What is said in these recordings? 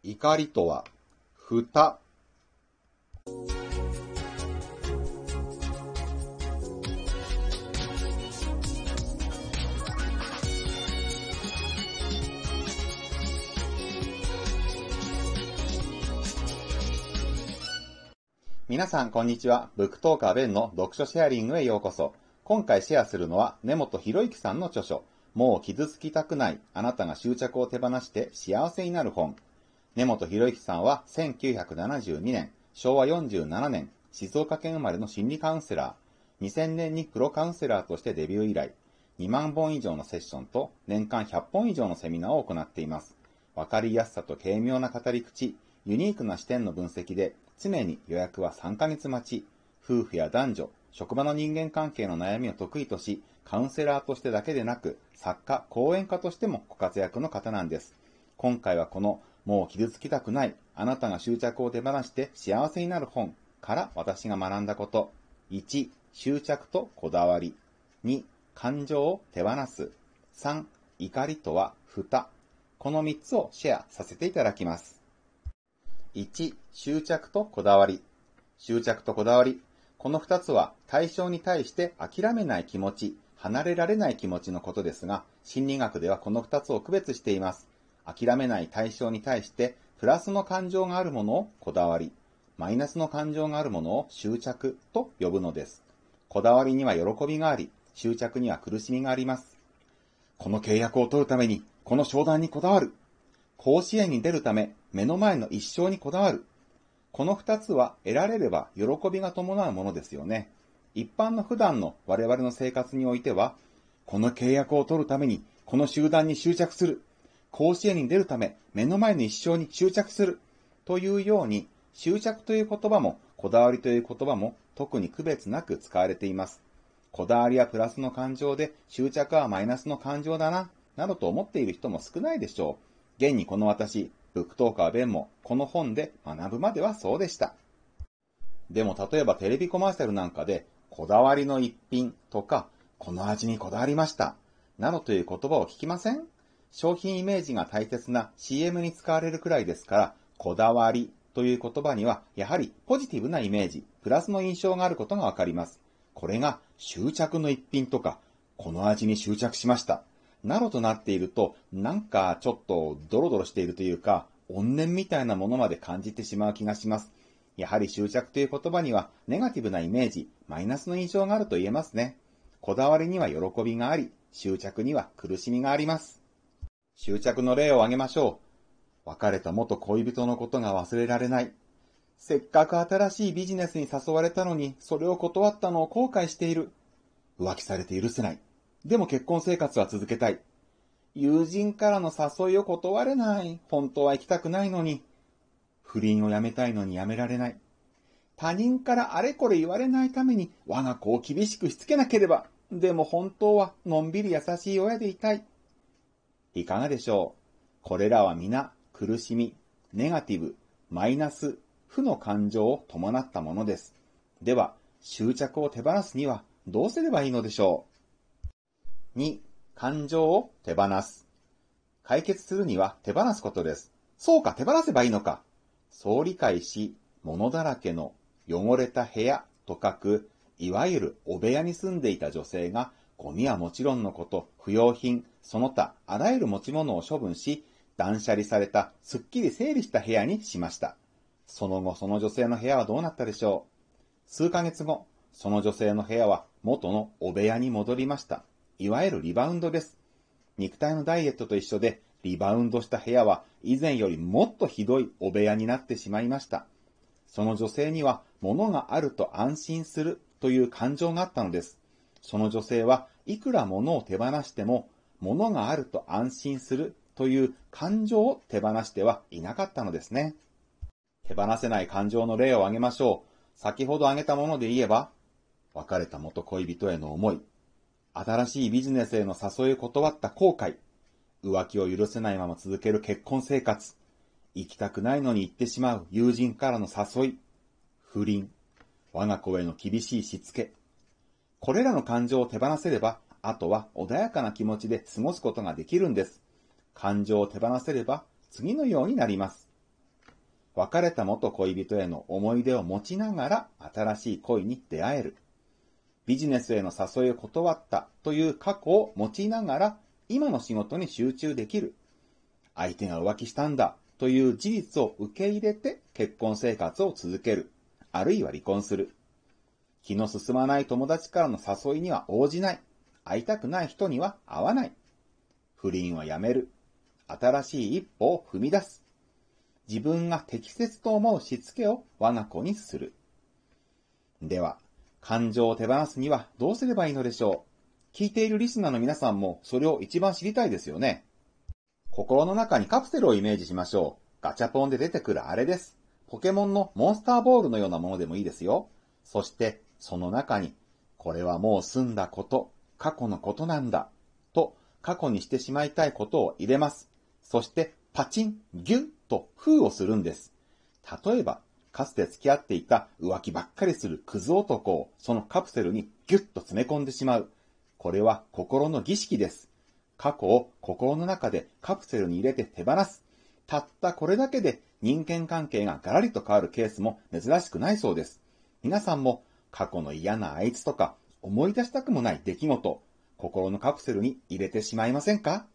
怒りとは、蓋。皆さん、こんにちは。ブックトーカーベンの読書シェアリングへようこそ。今回シェアするのは、根本博之さんの著書、もう傷つきたくない、あなたが執着を手放して幸せになる本。根本博之さんは1972年、昭和47年、静岡県生まれの心理カウンセラー。2000年にプロカウンセラーとしてデビュー以来、2万本以上のセッションと年間100本以上のセミナーを行っています。わかりやすさと軽妙な語り口、ユニークな視点の分析で、常に予約は3ヶ月待ち、夫婦や男女、職場の人間関係の悩みを得意とし、カウンセラーとしてだけでなく、作家、講演家としてもご活躍の方なんです。今回はこの、もう傷つきたくない、あなたが執着を手放して幸せになる本から私が学んだこと。1、執着とこだわり。2、感情を手放す。3、怒りとは蓋。この3つをシェアさせていただきます。1、執着とこだわり。執着とこだわり。この2つは対象に対して諦めない気持ち、離れられない気持ちのことですが、心理学ではこの2つを区別しています。諦めない対象に対してプラスの感情があるものをこだわり、マイナスの感情があるものを執着と呼ぶのです。こだわりには喜びがあり、執着には苦しみがあります。この契約を取るために、この商談にこだわる。甲子園に出るため、目の前の一勝にこだわる。この二つは得られれば喜びが伴うものですよね。一般の普段の我々の生活においては、この契約を取るためにこの集団に執着する。甲子園に出るため目の前の一勝に執着する。というように、執着という言葉もこだわりという言葉も特に区別なく使われています。こだわりはプラスの感情で、執着はマイナスの感情だな、などと思っている人も少ないでしょう。現にこの私、ブックトーカーベンもこの本で学ぶまではそうでした。でも例えばテレビコマーシャルなんかで、こだわりの一品とか、この味にこだわりました、などという言葉を聞きません？商品イメージが大切な CM に使われるくらいですから、こだわりという言葉にはやはりポジティブなイメージ、プラスの印象があることがわかります。これが執着の一品とか、この味に執着しました、などとなっていると、なんかちょっとドロドロしているというか、怨念みたいなものまで感じてしまう気がします。やはり執着という言葉にはネガティブなイメージ、マイナスの印象があると言えますね。こだわりには喜びがあり、執着には苦しみがあります。執着の例を挙げましょう。別れた元恋人のことが忘れられない。せっかく新しいビジネスに誘われたのに、それを断ったのを後悔している。浮気されて許せない。でも結婚生活は続けたい。友人からの誘いを断れない。本当は行きたくないのに。不倫をやめたいのにやめられない。他人からあれこれ言われないために我が子を厳しくしつけなければ。でも本当はのんびり優しい親でいたい。いかがでしょう。これらは皆苦しみ、ネガティブ、マイナス、負の感情を伴ったものです。では、執着を手放すにはどうすればいいのでしょう。2、感情を手放す。解決するには手放すことです。そうか、手放せばいいのか。そう理解し、物だらけの汚れた部屋と書く、いわゆる汚部屋に住んでいた女性が、ゴミはもちろんのこと、不要品、その他、あらゆる持ち物を処分し、断捨離された、すっきり整理した部屋にしました。その後、その女性の部屋はどうなったでしょう。数ヶ月後、その女性の部屋は元の汚部屋に戻りました。いわゆるリバウンドです。肉体のダイエットと一緒で、リバウンドした部屋は以前よりもっとひどい汚部屋になってしまいました。その女性には物があると安心するという感情があったのです。その女性はいくら物を手放しても、物があると安心するという感情を手放してはいなかったのですね。手放せない感情の例を挙げましょう。先ほど挙げたもので言えば、別れた元恋人への思い、新しいビジネスへの誘いを断った後悔、浮気を許せないまま続ける結婚生活、行きたくないのに行ってしまう友人からの誘い、不倫、我が子への厳しいしつけ。これらの感情を手放せれば、あとは穏やかな気持ちで過ごすことができるんです。感情を手放せれば、次のようになります。 別れた元恋人への思い出を持ちながら新しい恋に出会える。ビジネスへの誘いを断ったという過去を用いながら今の仕事に集中できる。相手が浮気したんだという事実を受け入れて結婚生活を続ける。あるいは離婚する。気の進まない友達からの誘いには応じない。会いたくない人には会わない。不倫はやめる。新しい一歩を踏み出す。自分が適切と思うしつけを我が子にする。では、感情を手放すにはどうすればいいのでしょう。聞いているリスナーの皆さんもそれを一番知りたいですよね。心の中にカプセルをイメージしましょう。ガチャポンで出てくるあれです。ポケモンのモンスターボールのようなものでもいいですよ。そして、その中に、これはもう済んだこと、過去のことなんだ、と過去にしてしまいたいことを入れます。そして、パチン、ギュッと封をするんです。例えば、かつて付き合っていた浮気ばっかりするクズ男をそのカプセルにギュッと詰め込んでしまう。これは心の儀式です。過去を心の中でカプセルに入れて手放す。たったこれだけで人間関係がガラリと変わるケースも珍しくないそうです。皆さんも過去の嫌なあいつとか思い出したくもない出来事、心のカプセルに入れてしまいませんか？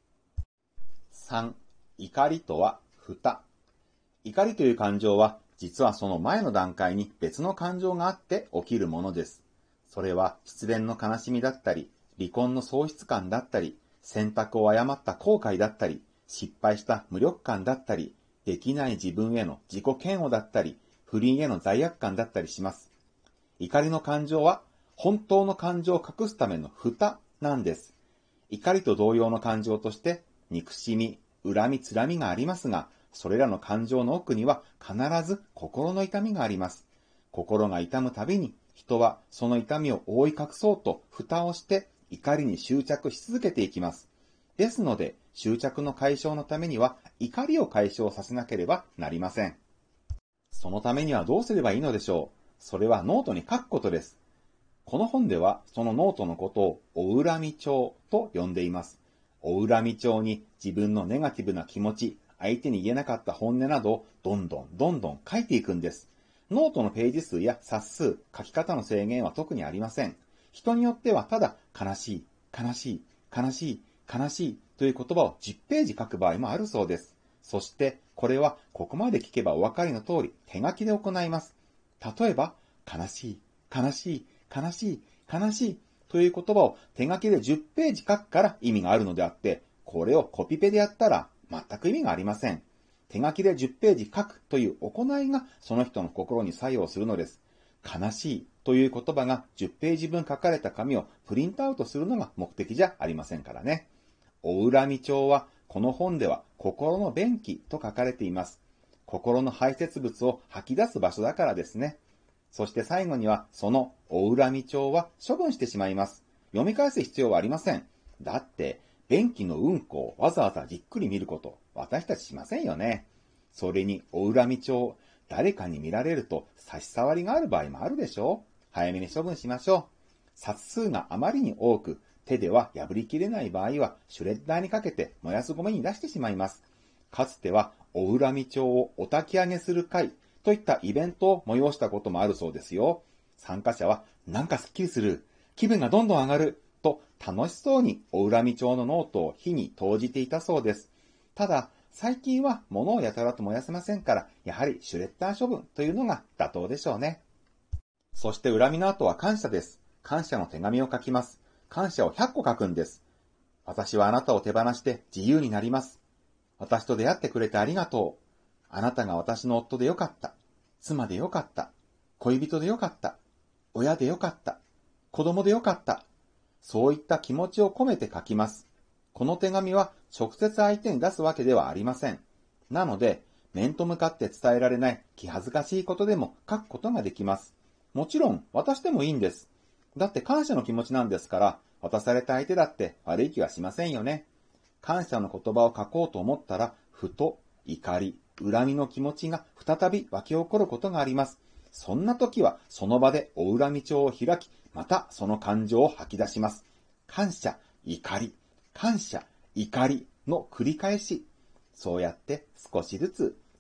3. 怒りとは蓋。怒りという感情は実はその前の段階に別の感情があって起きるものです。それは失恋の悲しみだったり、離婚の喪失感だったり、選択を誤った後悔だったり、失敗した無力感だったり、できない自分への自己嫌悪だったり、不倫への罪悪感だったりします。怒りの感情は本当の感情を隠すための蓋なんです。怒りと同様の感情として憎しみ、恨み、つらみがありますが、それらの感情の奥には必ず心の痛みがあります。心が痛むたびに人はその痛みを覆い隠そうと蓋をして怒りに執着し続けていきます。ですので、執着の解消のためには怒りを解消させなければなりません。そのためにはどうすればいいのでしょう。それはノートに書くことです。この本ではそのノートのことをお恨み帳と呼んでいます。お恨み帳に自分のネガティブな気持ち、相手に言えなかった本音などをどんどん書いていくんです。ノートのページ数や冊数、書き方の制限は特にありません。人によってはただ悲しい、悲しい、悲しい、悲しいという言葉を10ページ書く場合もあるそうです。そしてこれはここまで聞けばお分かりの通り手書きで行います。例えば、悲しい、悲しい、悲しい、悲しいという言葉を手書きで10ページ書くから意味があるのであって、これをコピペでやったら全く意味がありません。手書きで10ページ書くという行いがその人の心に作用するのです。悲しいという言葉が10ページ分書かれた紙をプリントアウトするのが目的じゃありませんからね。お恨み帳はこの本では心の便器と書かれています。心の排泄物を吐き出す場所だからですね。そして最後にはそのお恨み帳は処分してしまいます。読み返す必要はありません。だって便器のうんこをわざわざじっくり見ること私たちしませんよね。それにお恨み帳、誰かに見られると差し障りがある場合もあるでしょう。早めに処分しましょう。冊数があまりに多く手では破りきれない場合はシュレッダーにかけて燃やすゴミに出してしまいます。かつてはお恨み帳をお焚き上げする会といったイベントを催したこともあるそうですよ。参加者はなんかスッキリする、気分がどんどん上がると楽しそうにお恨み帳のノートを火に投じていたそうです。ただ最近は物をやたらと燃やせませんから、やはりシュレッダー処分というのが妥当でしょうね。そして恨みの後は感謝です。感謝の手紙を書きます。感謝を100個書くんです。私はあなたを手放して自由になります。私と出会ってくれてありがとう。あなたが私の夫でよかった。妻でよかった。恋人でよかった。親でよかった。子供でよかった。そういった気持ちを込めて書きます。この手紙は直接相手に出すわけではありません。なので、面と向かって伝えられない気恥ずかしいことでも書くことができます。もちろん渡してもいいんです。だって感謝の気持ちなんですから、渡された相手だって悪い気はしませんよね。感謝の言葉を書こうと思ったら、ふと怒り、恨みの気持ちが再び湧き起こることがあります。そんな時はその場でお恨み帳を開き、またその感情を吐き出します。感謝、怒り、感謝、怒りの繰り返し。そうやって少しずつ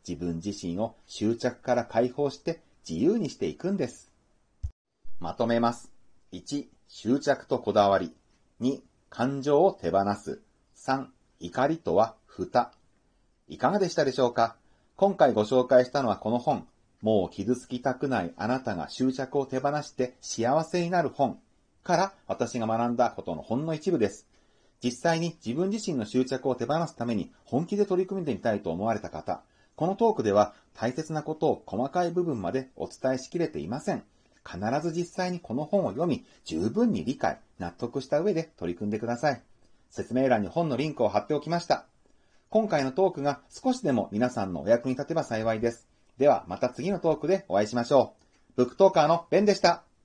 自分自身を執着から解放して自由にしていくんです。まとめます。1、執着とこだわり。2、感情を手放す。3、怒りとは蓋。いかがでしたでしょうか？今回ご紹介したのはこの本、もう傷つきたくないあなたが執着を手放して幸せになる本から私が学んだことのほんの一部です。実際に自分自身の執着を手放すために本気で取り組んでみたいと思われた方、このトークでは大切なことを細かい部分までお伝えしきれていません。必ず実際にこの本を読み、十分に理解、納得した上で取り組んでください。説明欄に本のリンクを貼っておきました。今回のトークが少しでも皆さんのお役に立てば幸いです。ではまた次のトークでお会いしましょう。ブックトーカーのベンでした。